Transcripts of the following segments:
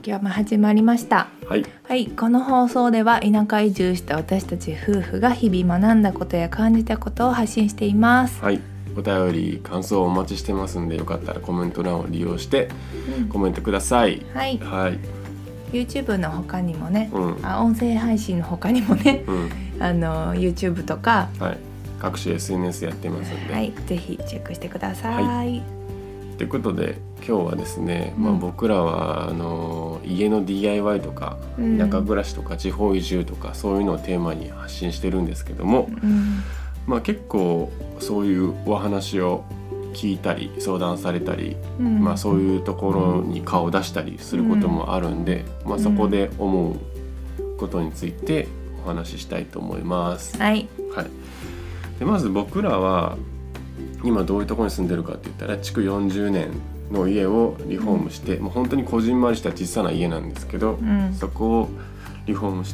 今日も始まりました。 はい、 はい、この放送では田舎移住した私たち夫婦が日々学んだことや感じたことを発信しています。 はい、お便り感想をお待ちしてますんで、よかったらコメント欄を利用してコメントください。 はい、 はい、 YouTube の他にもね、音声配信の他にもね、YouTube とか、 はい、各種 SNS やってますんで、 はい、ぜひチェックしてください。 ということで今日はですね、僕らは家の DIY とか田舎暮らしとか地方移住とかそういうのをテーマに発信してるんですけども、結構そういうお話を聞いたり相談されたり、そういうところに顔を出したりすることもあるんで、そこで思うことについてお話ししたいと思います。 はい、 でまず僕らは今どういうところに住んでるかって言ったら築40年の家をリフォームして、もう本当にこじんまりした小さな家なんですけど、そこをリフォームして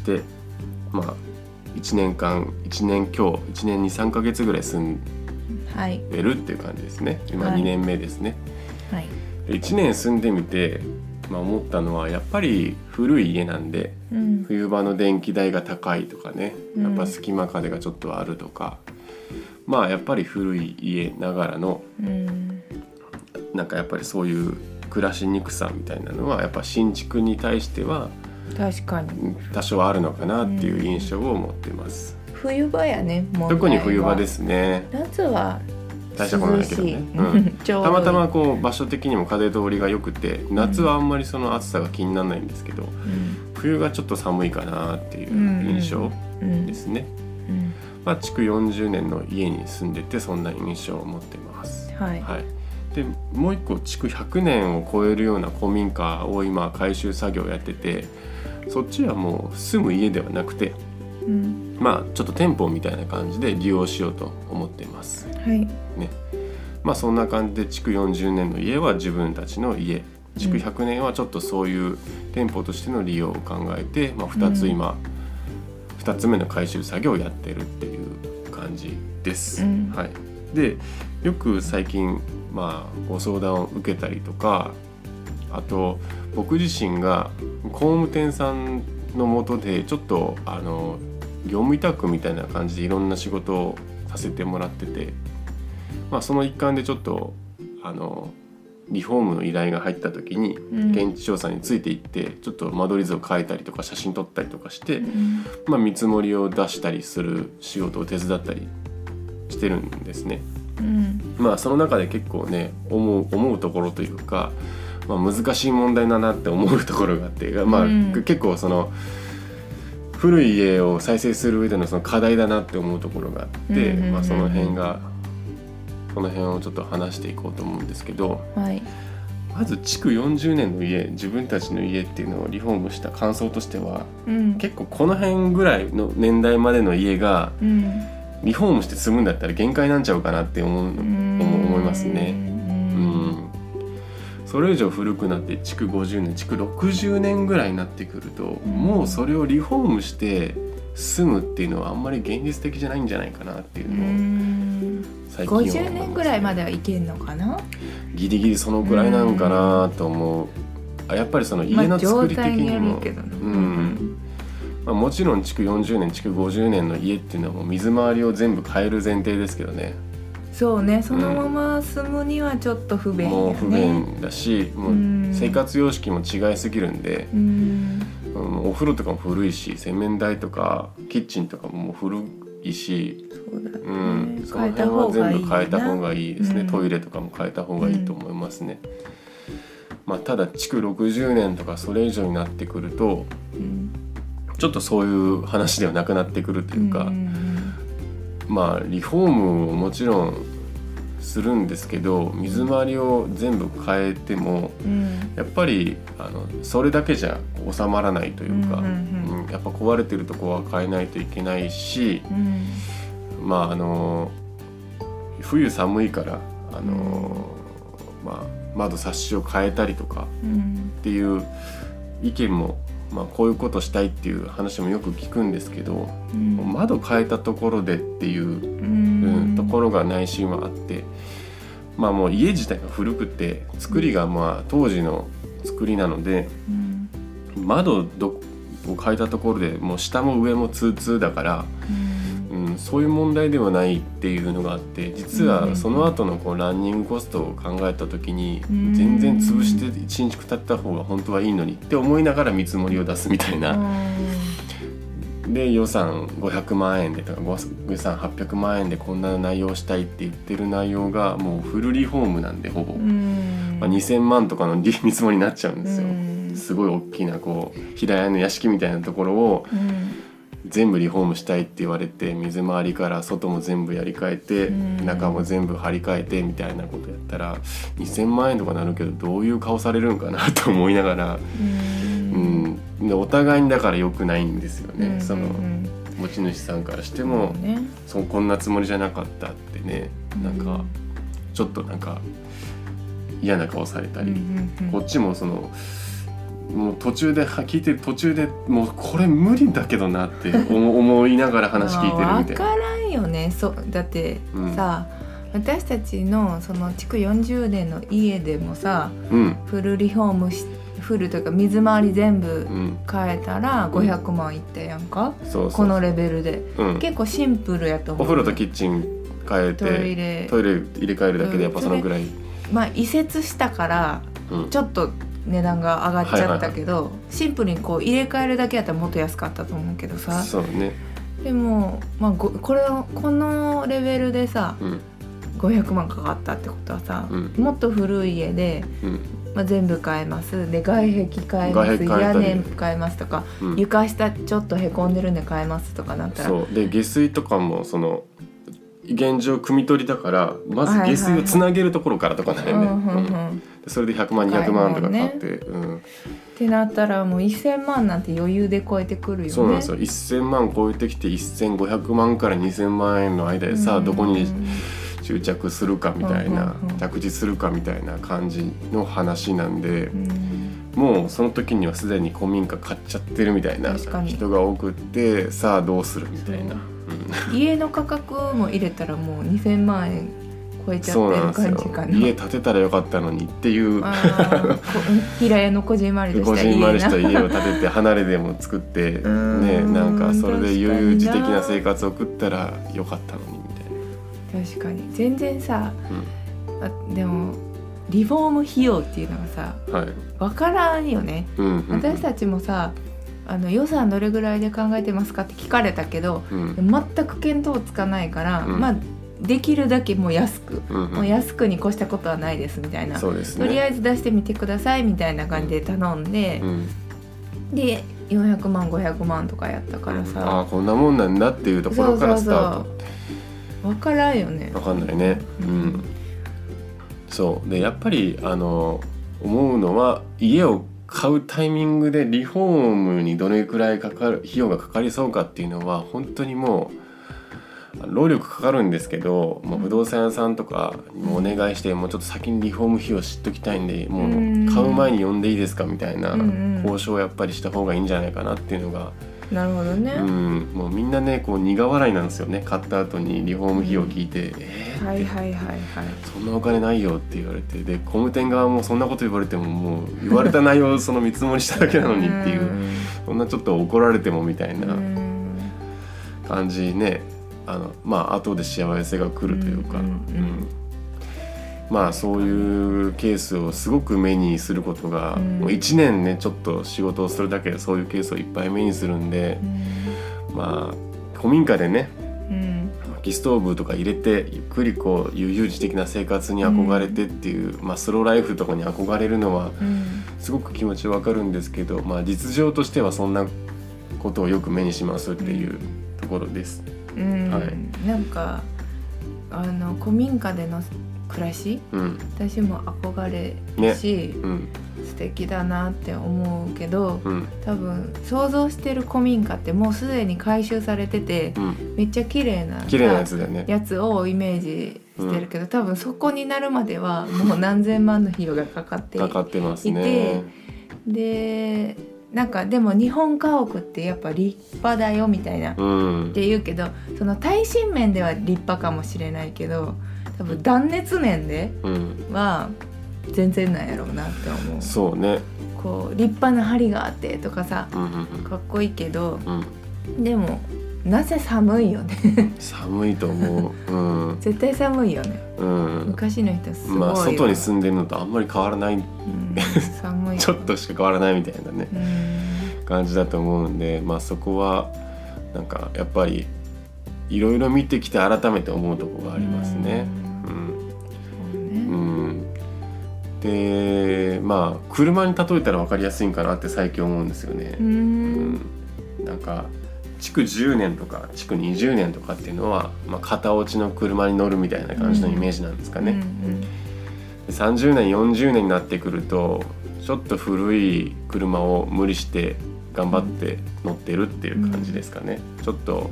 、1年今日1年に3ヶ月ぐらい住んでるっていう感じですね。今2年目ですね。1年住んでみて、思ったのはやっぱり古い家なんで、冬場の電気代が高いとかね、やっぱ隙間風がちょっとあるとか、やっぱり古い家ながらの、なんかやっぱりそういう暮らしにくさみたいなのはやっぱ新築に対しては確かに多少あるのかなっていう印象を持ってます。 冬場やね、 特に冬場ですね。 夏は大したことないけどね、たまたまこう場所的にも風通りが良くて、夏はあんまりその暑さが気にならないんですけど、冬がちょっと寒いかなっていう印象ですね。築40年の家に住んでてそんな印象を持ってます。でもう一個築100年を超えるような古民家を今改修作業やってて、そっちはもう住む家ではなくて、ちょっと店舗みたいな感じで利用しようと思っています。そんな感じで築40年の家は自分たちの家、築100年はちょっとそういう店舗としての利用を考えて、2つ目の改修作業をやってるっていう感じです。でよく最近ご相談を受けたりとか、あと僕自身が工務店さんの下でちょっと業務委託みたいな感じでいろんな仕事をさせてもらってて、その一環でちょっとリフォームの依頼が入った時に現地調査についていってちょっと間取り図を変えたりとか写真撮ったりとかして、見積もりを出したりする仕事を手伝ったりしてるんですね。その中で結構ね思うところというか、難しい問題だなって思うところがあって、結構その古い家を再生する上でのその課題だなって思うところがあって、その辺をちょっと話していこうと思うんですけど、まず築40年の家、自分たちの家っていうのをリフォームした感想としては、結構この辺ぐらいの年代までの家が、リフォームして住むんだったら限界なんちゃうかなって思いますね。それ以上古くなって築50年築60年ぐらいになってくると、もうそれをリフォームして住むっていうのはあんまり現実的じゃないんじゃないかなっていうのを最近は思いますね。 50年ぐらいまではいけんのかな。 ギリギリそのぐらいなのかなと思う。やっぱりその家の作り的にも、もちろん築40年築50年の家っていうのはもう水回りを全部変える前提ですけどね。 そうね、そのまま住むにはちょっと不便よね。 もう不便だし、もう生活様式も違いすぎるんで、お風呂とかも古いし、洗面台とかキッチンとかも古いし、その辺は全部変えた方がいいですね。トイレとかも変えた方がいいと思いますね。ただ築60年とかそれ以上になってくると、ちょっとそういう話ではなくなってくるというか、リフォームをもちろんするんですけど、水回りを全部変えても、やっぱりそれだけじゃ収まらないというか、やっぱ壊れてるとこは変えないといけないし、冬寒いから窓サッシを変えたりとかっていう意見も、こういうことしたいっていう話もよく聞くんですけど、窓変えたところでっていう、ところが内心はあって、もう家自体が古くて作りが当時の作りなので、 窓を変えたところでもう下も上もツーツーだから、そういう問題ではないっていうのがあって、実はその後のこうランニングコストを考えた時に全然潰して新築建てた方が本当はいいのにって思いながら見積もりを出すみたいな。で予算500万円でとか予算800万円でこんな内容したいって言ってる内容がもうフルリフォームなんでほぼ、2000万とかの見積もりになっちゃうんですよ。すごい大きなこう平屋の屋敷みたいなところを全部リフォームしたいって言われて、水回りから外も全部やり替えて、中も全部張り替えてみたいなことやったら2000万円とかなるけど、どういう顔されるんかなと思いながら、でお互いにだから良くないんですよね、その持ち主さんからしても、こんなつもりじゃなかったってね、なんかちょっとなんか嫌な顔されたり、こっちもそのもう途中で聞いてる途中でもうこれ無理だけどなって思いながら話聞いてるみたいな。 分からんよね。だってさ、私たちのその築40年の家でもさ、フルリフォームフルというか水回り全部変えたら500万いったやんか、このレベルで、結構シンプルやと思う。 お風呂とキッチン変えてトイレ入れ替えるだけでやっぱそのぐらい、 移設したからちょっと値段が上がっちゃったけど、シンプルにこう入れ替えるだけやったらもっと安かったと思うけどさ。 そうね。 でも、このレベルでさ、500万かかったってことはさ、もっと古い家で、全部変えますで、外壁変えます、屋根変えますとか、床下ちょっとへこんでるんで変えますとかなったら、 そうで下水とかもその現状汲み取りだからまず下水をつなげるところからとかだよね。それで100万200万とか買って、 ってなったらもう1000万なんて余裕で超えてくるよね。 そうなんですよ。1000万超えてきて1500万から2000万円の間でさ、どこに執着するかみたいな、着地するかみたいな感じの話なんで、もうその時にはすでに古民家買っちゃってるみたいな人が多くって、さあどうするみたいな、 家の価格も入れたらもう2000万円超えちゃってる感じかな。 家建てたらよかったのにっていう平屋のこじんまりとした家を建てて離れでも作ってね、なんかそれで悠々自適な生活を送ったらよかったのにみたいな。 確かに全然さ、でもリフォーム費用っていうのがさ、分からんよね。私たちもさ、予算どれぐらいで考えてますかって聞かれたけど、全く見当つかないから、できるだけもう安く、もう安くに越したことはないですみたいな、とりあえず出してみてくださいみたいな感じで頼んで、で400万500万とかやったからさ、 こんなもんなんだっていうところからスタート。 分からんよね。 分かんないね。そうでやっぱり思うのは、家を買うタイミングでリフォームにどれくらい費用がかかりそうかっていうのは本当にもう労力かかるんですけど、もう不動産屋さんとかにもお願いして、もうちょっと先にリフォーム費用知っときたいんで、もう買う前に呼んでいいですかみたいな交渉をやっぱりした方がいいんじゃないかなっていうのが。 なるほどね。 もうみんなねこう苦笑いなんですよね。買った後にリフォーム費用聞いて、そんなお金ないよって言われて、で工務店側もそんなこと言われても、もう言われた内容その見積もりしただけなのにっていう、そんなちょっと怒られてもみたいな感じね。後で幸せが来るというか、そういうケースをすごく目にすることが、もう1年ねちょっと仕事をするだけでそういうケースをいっぱい目にするんで、古民家でね、薪ストーブとか入れてゆっくりこう悠々自適な生活に憧れてっていう、スローライフとかに憧れるのはすごく気持ちわかるんですけど、実情としてはそんなことをよく目にしますっていうところです。 なんか古民家での暮らし、私も憧れるし、素敵だなって思うけど、多分想像してる古民家ってもうすでに改修されてて、めっちゃ綺麗なやつをイメージしてるけど、多分そこになるまではもう何千万の費用がかかってますね。 でなんかでも日本家屋ってやっぱ立派だよみたいな、って言うけど、その耐震面では立派かもしれないけど、多分断熱面では全然なんやろうなって思う。 そうね。 こう立派な梁があってとかさ、かっこいいけど、でもなぜ寒いよね寒いと思う、 絶対寒いよね、昔の人すごいよ、 外に住んでるのとあんまり変わらない、 寒いちょっとしか変わらないみたいなね、感じだと思うんで、そこはなんかやっぱりいろいろ見てきて改めて思うところがありますね。で車に例えたら分かりやすいんかなって最近思うんですよね。なんか築10年とか築20年とかっていうのは、片落ちの車に乗るみたいな感じのイメージなんですかね。30年40年になってくるとちょっと古い車を無理して頑張って乗ってるっていう感じですかね。ちょっと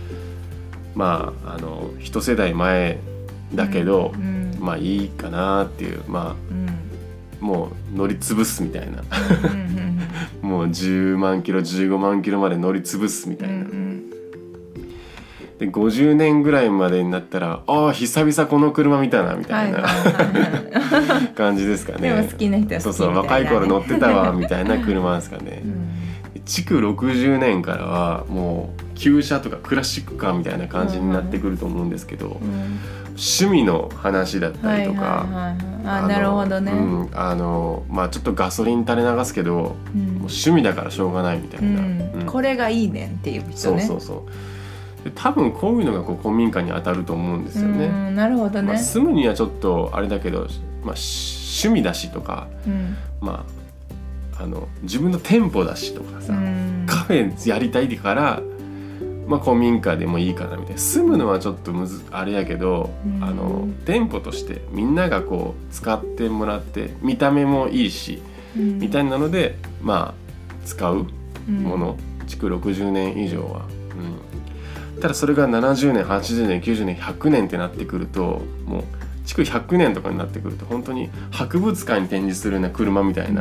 一世代前だけど、いいかなっていう、もう乗り潰すみたいなもう10万キロ15万キロまで乗り潰すみたいな、で50年ぐらいまでになったら久々この車見たなみたいな感じですかね。 でも好きな人は好きみたいなね。 そう若い頃乗ってたわみたいな車ですかね。築60年からはもう旧車とかクラシックカーみたいな感じになってくると思うんですけど、趣味の話だったりとか、 なるほどね。 ちょっとガソリン垂れ流すけど、もう趣味だからしょうがないみたいな、 これがいいねんっていう人ね。 そうで多分こういうのが古民家に当たると思うんですよね。 なるほどね。 住むにはちょっとあれだけど、趣味だしとか、自分の店舗だしとかさ、カフェやりたいから、古民家でもいいかなみたいな。住むのはちょっとあれやけど、店舗としてみんながこう使ってもらって見た目もいいし、みたいなので使うもの、築60年以上は、ただそれが70年80年90年100年ってなってくると、もう築100年とかになってくると本当に博物館に展示するような車みたいな、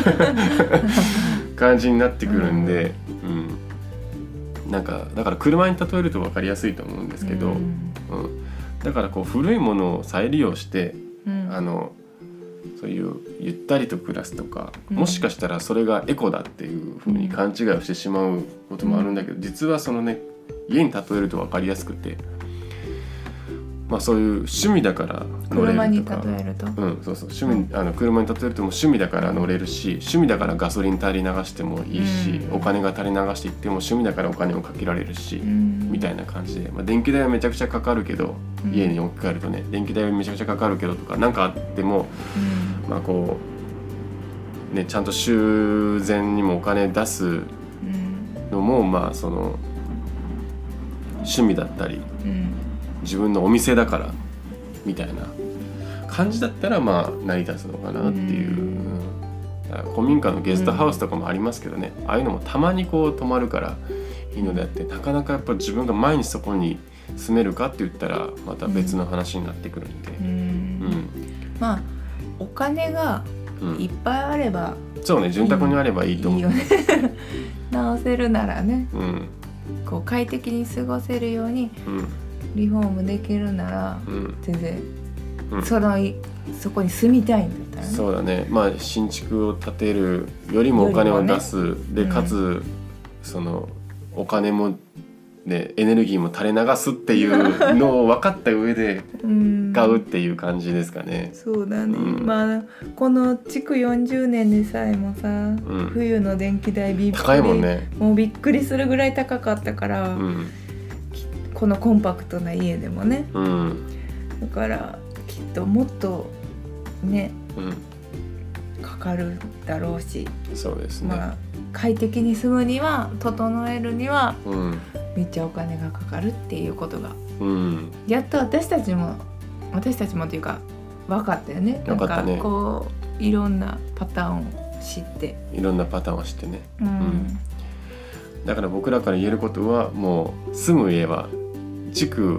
感じになってくるんで、だから車に例えると分かりやすいと思うんですけど、だからこう古いものを再利用して、そういうゆったりと暮らすとか、もしかしたらそれがエコだっていう風に勘違いをしてしまうこともあるんだけど、実はそのね、家に例えると分かりやすくて、そういう趣味だから乗れるとか、 車に例えると、 趣味、車に例えるとも趣味だから乗れるし、趣味だからガソリン垂れ流してもいいし、お金が垂れ流していっても趣味だからお金をかけられるし、みたいな感じで、電気代はめちゃくちゃかかるけど、家に置き換えるとね、電気代はめちゃくちゃかかるけどとか、なんかあっても、こうね、ちゃんと修繕にもお金出すのも、その趣味だったり、自分のお店だからみたいな感じだったら成り立つのかなっていう、古民家のゲストハウスとかもありますけどね、ああいうのもたまにこう泊まるからいいのであって、なかなかやっぱ自分が毎日そこに住めるかって言ったらまた別の話になってくるんで、 お金がいっぱいあれば、 そうね、潤沢にあればいいと思う。 いいよね直せるならね、こう快適に過ごせるようにリフォームできるなら、全然、そこに住みたいんだったらね。 そうだね。新築を建てるよりもお金を出す、でかつそのお金もね、エネルギーも垂れ流すっていうのを分かった上で買うっていう感じですかね。 そうだね。この築40年でさえもさ、冬の電気代高いもんね。 もうびっくりするぐらい高かったから、このコンパクトな家でもね、だからきっともっとね、かかるだろうし、 そうですね、 快適に住むには、整えるには、めっちゃお金がかかるっていうことが、やっと私たちもというか分かったよね。なんかこういろんなパターンを知ってね、だから僕らから言えることは、もう住む家は築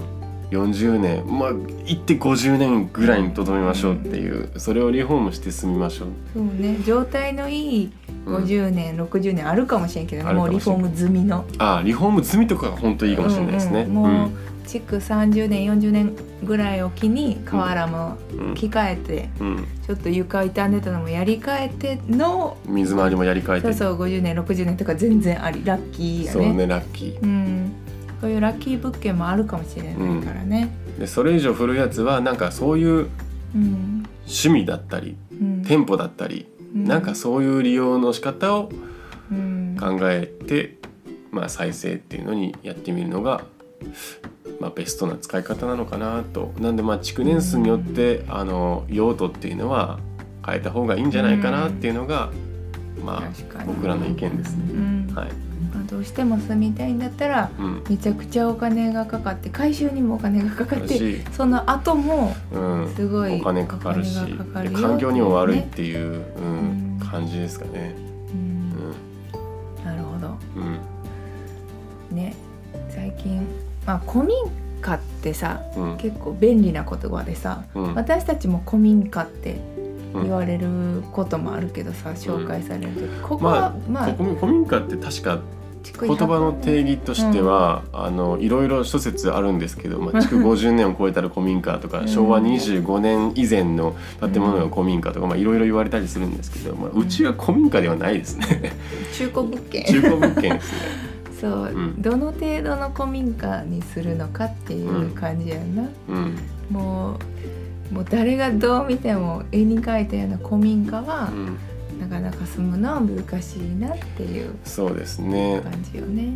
40年まあ行って50年ぐらいにとどめましょうっていう、それをリフォームして住みましょう。 そうね、状態のいい50年、60年あるかもしれんけど、もうリフォーム済みの、 リフォーム済みとかが本当にいいかもしれないですね。 もう築30年40年ぐらいを機に瓦も着替えて、ちょっと床傷んでたのもやり替えての水回りもやり替えて、 そう50年60年とか全然あり、ラッキーやね。 そうね、ラッキー、 そういうラッキー物件もあるかもしれないからね、 でそれ以上古いやつはなんかそういう趣味だったり、店舗だったり、なんかそういう利用の仕方を考えて、再生っていうのにやってみるのが、ベストな使い方なのかなと。なんで築年数によって用途っていうのは変えた方がいいんじゃないかなっていうのが、僕らの意見ですね。はい。 どうしても住みたいんだったら、めちゃくちゃお金がかかって、改修にもお金がかかって、その後もすごいお金かかるし、環境にも悪いっていう感じですかね。 なるほど。ね、最近古民家ってさ、結構便利な言葉でさ、私たちも古民家って言われることもあるけどさ、紹介される時、ここは古民家って確か言葉の定義としては、いろいろ諸説あるんですけど、築50年を超えたら古民家とか、昭和25年以前の建物が古民家とか、いろいろ言われたりするんですけど、うちは古民家ではないですね。 中古物件。 中古物件ですね。 そう、どの程度の古民家にするのかっていう感じやな。もう誰がどう見ても絵に描いたような古民家は、なかなか住むのは難しいなっていうそうですね感じよね。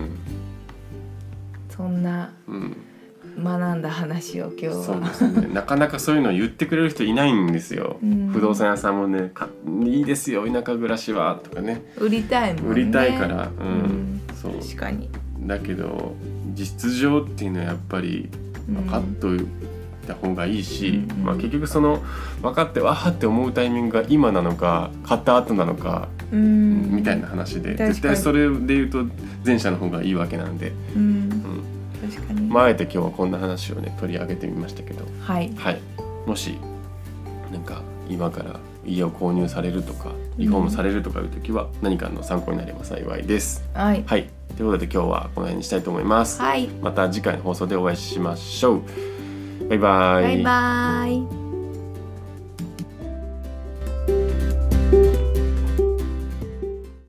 そんな学んだ話を今日は。 そうですね。なかなかそういうのを言ってくれる人いないんですよ。不動産屋さんもね、いいですよ田舎暮らしはとかね。 売りたいもんね。 売りたいから。そう。 確かに。 だけど実情っていうのはやっぱり分かっといた方がいいし、結局その分かってわーって思うタイミングが今なのか買った後なのかみたいな話で、絶対それで言うと前者の方がいいわけなんで。 確かに。 あえて今日はこんな話をね取り上げてみましたけど、もしなんか今から家を購入されるとかリフォームされるとかいう時は何かの参考になれば幸いです。ということで今日はこの辺にしたいと思います。また次回の放送でお会いしましょう。バイバイ。 バイバイ。